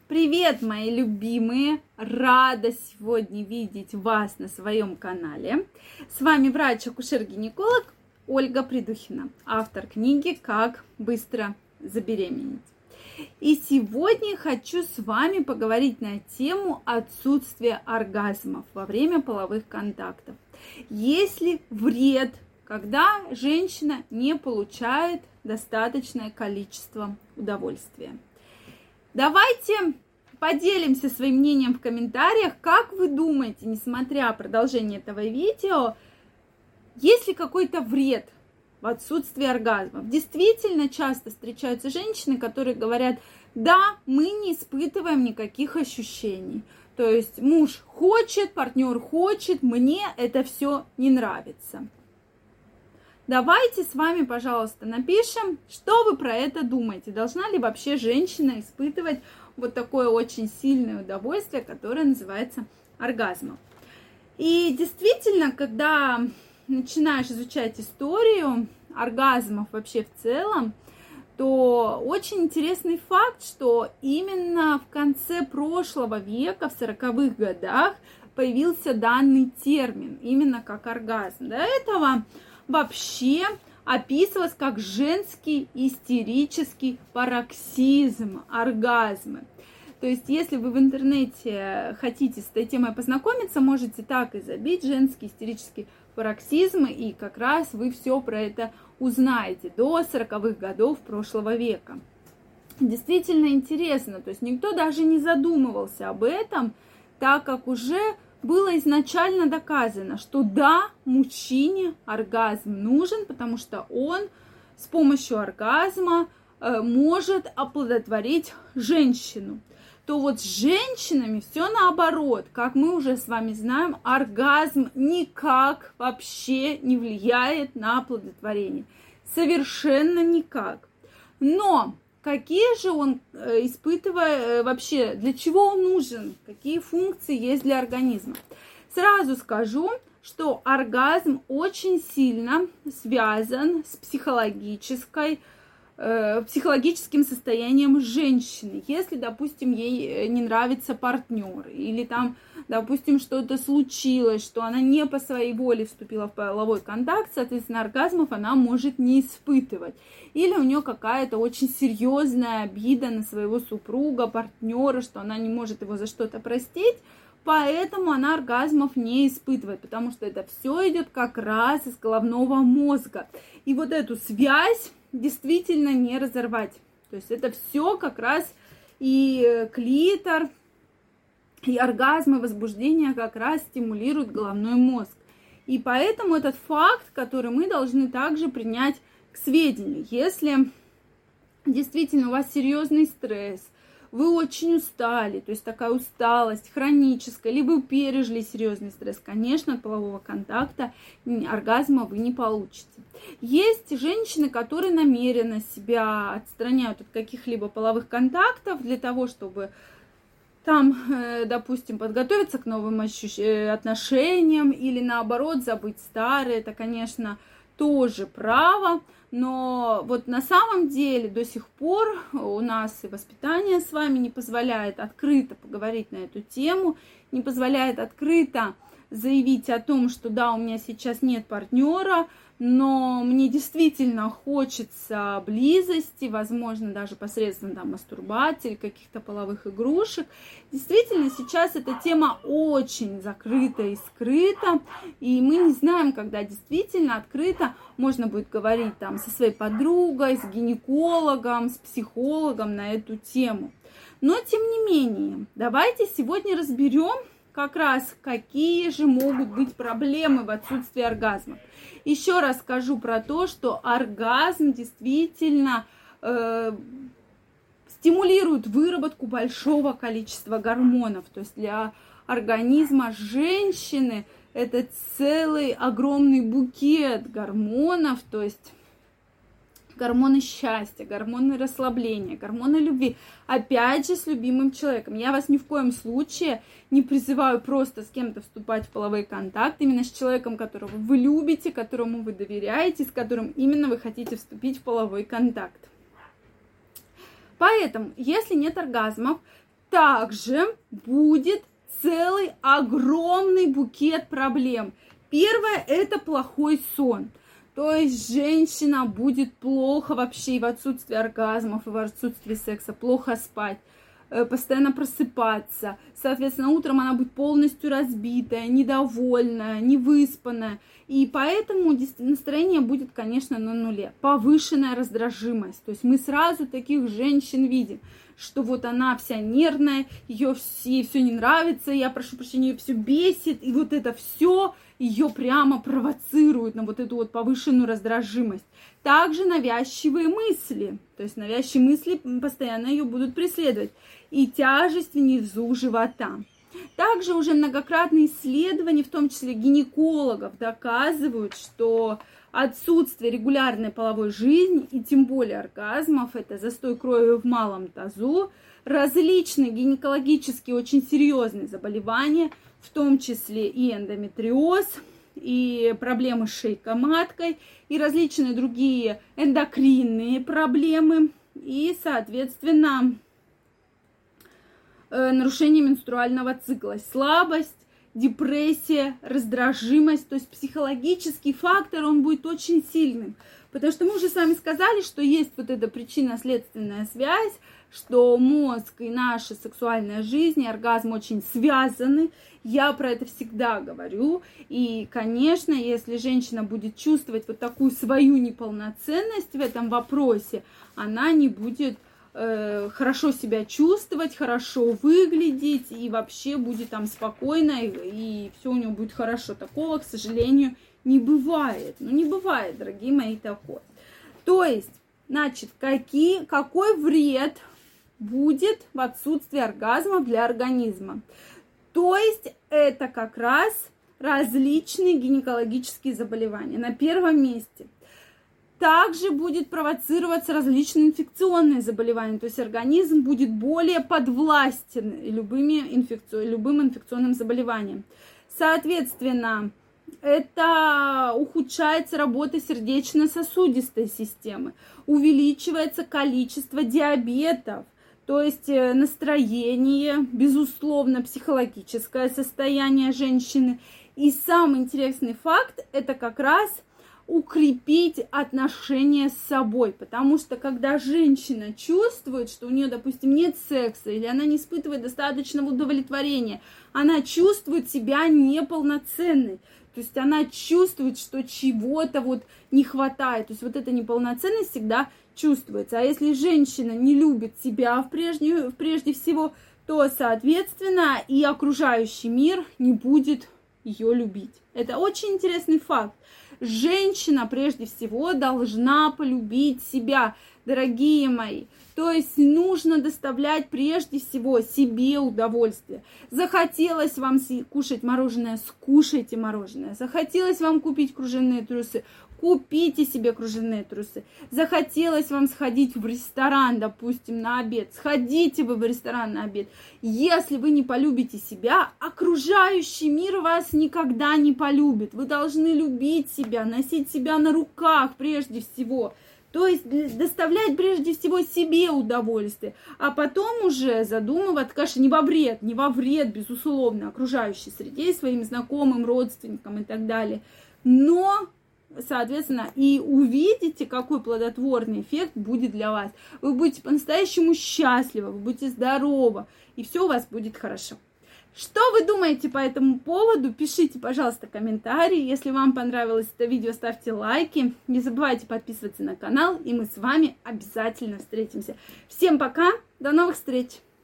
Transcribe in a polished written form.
Привет, мои любимые! Рада сегодня видеть вас на своем канале. С вами врач-акушер-гинеколог Ольга Придухина, автор книги «Как быстро забеременеть». И сегодня хочу с вами поговорить на тему отсутствия оргазмов во время половых контактов. Есть ли вред, когда женщина не получает достаточное количество удовольствия? Давайте поделимся своим мнением в комментариях. Как вы думаете, несмотря на продолжение этого видео, есть ли какой-то вред в отсутствии оргазмов? Действительно часто встречаются женщины, которые говорят: да, мы не испытываем никаких ощущений. То есть муж хочет, партнер хочет, мне это все не нравится. Давайте с вами, пожалуйста, напишем, что вы про это думаете. Должна ли вообще женщина испытывать вот такое очень сильное удовольствие, которое называется оргазмом? И действительно, когда начинаешь изучать историю оргазмов вообще в целом, то очень интересный факт, что именно в конце прошлого века, в 40-х годах, появился данный термин, именно как оргазм. До этого вообще описывалось как женский истерический пароксизм, оргазмы. То есть, если вы в интернете хотите с этой темой познакомиться, можете так и забить женский истерический пароксизм, и как раз вы все про это узнаете до 40-х годов прошлого века. Действительно интересно, то есть никто даже не задумывался об этом, так как уже было изначально доказано, что да, мужчине оргазм нужен, потому что он с помощью оргазма может оплодотворить женщину. То вот с женщинами все наоборот. Как мы уже с вами знаем, оргазм никак вообще не влияет на оплодотворение. Совершенно никак. Но какие же он испытывает вообще, для чего он нужен, какие функции есть для организма? Сразу скажу, что оргазм очень сильно связан с психологическим состоянием женщины. Если, допустим, ей не нравится партнер, или там, допустим, что-то случилось, что она не по своей воле вступила в половой контакт, соответственно, оргазмов она может не испытывать. Или у нее какая-то очень серьезная обида на своего супруга, партнера, что она не может его за что-то простить, поэтому она оргазмов не испытывает, потому что это все идет как раз из головного мозга. И вот эту связь действительно не разорвать. То есть это все как раз и клитор, и оргазмы, возбуждение как раз стимулируют головной мозг. И поэтому этот факт, который мы должны также принять к сведению. Если действительно у вас серьезный стресс, вы очень устали, то есть такая усталость хроническая, либо вы пережили серьезный стресс, конечно, от полового контакта оргазма вы не получите. Есть женщины, которые намеренно себя отстраняют от каких-либо половых контактов для того, чтобы там, допустим, подготовиться к новым отношениям или наоборот забыть старые. Это, конечно, тоже право. Но вот на самом деле до сих пор у нас и воспитание с вами не позволяет открыто поговорить на эту тему, не позволяет открыто заявить о том, что да, у меня сейчас нет партнера, но мне действительно хочется близости, возможно, даже посредством там мастурбации или каких-то половых игрушек. Действительно, сейчас эта тема очень закрыта и скрыта, и мы не знаем, когда действительно открыто можно будет говорить там со своей подругой, с гинекологом, с психологом на эту тему. Но, тем не менее, давайте сегодня разберем как раз, какие же могут быть проблемы в отсутствии оргазма. Еще раз скажу про то, что оргазм действительно стимулирует выработку большого количества гормонов. То есть для организма женщины это целый огромный букет гормонов, то есть гормоны счастья, гормоны расслабления, гормоны любви. Опять же, с любимым человеком. Я вас ни в коем случае не призываю просто с кем-то вступать в половой контакт. Именно с человеком, которого вы любите, которому вы доверяете, с которым именно вы хотите вступить в половой контакт. Поэтому, если нет оргазмов, также будет целый огромный букет проблем. Первое – это плохой сон. То есть женщина будет плохо вообще и в отсутствии оргазмов, и в отсутствии секса, плохо спать, постоянно просыпаться. Соответственно, утром она будет полностью разбитая, недовольная, невыспанная. И поэтому настроение будет, конечно, на нуле. Повышенная раздражимость. То есть мы сразу таких женщин видим, что вот она вся нервная, ей все не нравится, я прошу прощения, ее все бесит, и вот это все ее прямо провоцирует на вот эту вот повышенную раздражимость. Также навязчивые мысли, то есть навязчивые мысли постоянно ее будут преследовать, и тяжесть внизу живота. Также уже многократные исследования, в том числе гинекологов, доказывают, что отсутствие регулярной половой жизни и тем более оргазмов, это застой крови в малом тазу, различные гинекологические очень серьезные заболевания, в том числе и эндометриоз, и проблемы с шейкой-маткой, и различные другие эндокринные проблемы, и, соответственно, нарушение менструального цикла, слабость, депрессия, раздражимость, то есть психологический фактор, он будет очень сильным. Потому что мы уже с вами сказали, что есть вот эта причинно-следственная связь, что мозг и наша сексуальная жизнь, и оргазм очень связаны. Я про это всегда говорю. И, конечно, если женщина будет чувствовать вот такую свою неполноценность в этом вопросе, она не будет хорошо себя чувствовать, хорошо выглядеть, и вообще будет там спокойно, и все у нее будет хорошо. Такого, к сожалению, не бывает. Ну, не бывает, дорогие мои, такое. То есть, значит, какой вред будет в отсутствии оргазма для организма? То есть, это как раз различные гинекологические заболевания. На первом месте. Также будет провоцироваться различные инфекционные заболевания, то есть организм будет более подвластен любым инфекционным заболеваниям. Соответственно, это ухудшается работа сердечно-сосудистой системы, увеличивается количество диабетов, то есть настроение, безусловно, психологическое состояние женщины. И самый интересный факт – это как раз укрепить отношения с собой, потому что когда женщина чувствует, что у нее, допустим, нет секса, или она не испытывает достаточного удовлетворения, она чувствует себя неполноценной, то есть она чувствует, что чего-то вот не хватает, то есть вот эта неполноценность всегда чувствуется. А если женщина не любит себя прежде всего, то, соответственно, и окружающий мир не будет ее любить. Это очень интересный факт. Женщина, прежде всего, должна полюбить себя, дорогие мои. То есть нужно доставлять прежде всего себе удовольствие. Захотелось вам кушать мороженое, скушайте мороженое. Захотелось вам купить кружевные трусы, купите себе кружевные трусы. Захотелось вам сходить в ресторан, допустим, на обед. Сходите вы в ресторан на обед. Если вы не полюбите себя, окружающий мир вас никогда не полюбит. Вы должны любить себя, носить себя на руках прежде всего. То есть доставлять прежде всего себе удовольствие, а потом уже задумываться, конечно, не во вред, безусловно, окружающей среде, своим знакомым, родственникам и так далее. Но, соответственно, и увидите, какой плодотворный эффект будет для вас. Вы будете по-настоящему счастливы, вы будете здоровы, и все у вас будет хорошо. Что вы думаете по этому поводу? Пишите, пожалуйста, комментарии. Если вам понравилось это видео, ставьте лайки. Не забывайте подписываться на канал, и мы с вами обязательно встретимся. Всем пока, до новых встреч!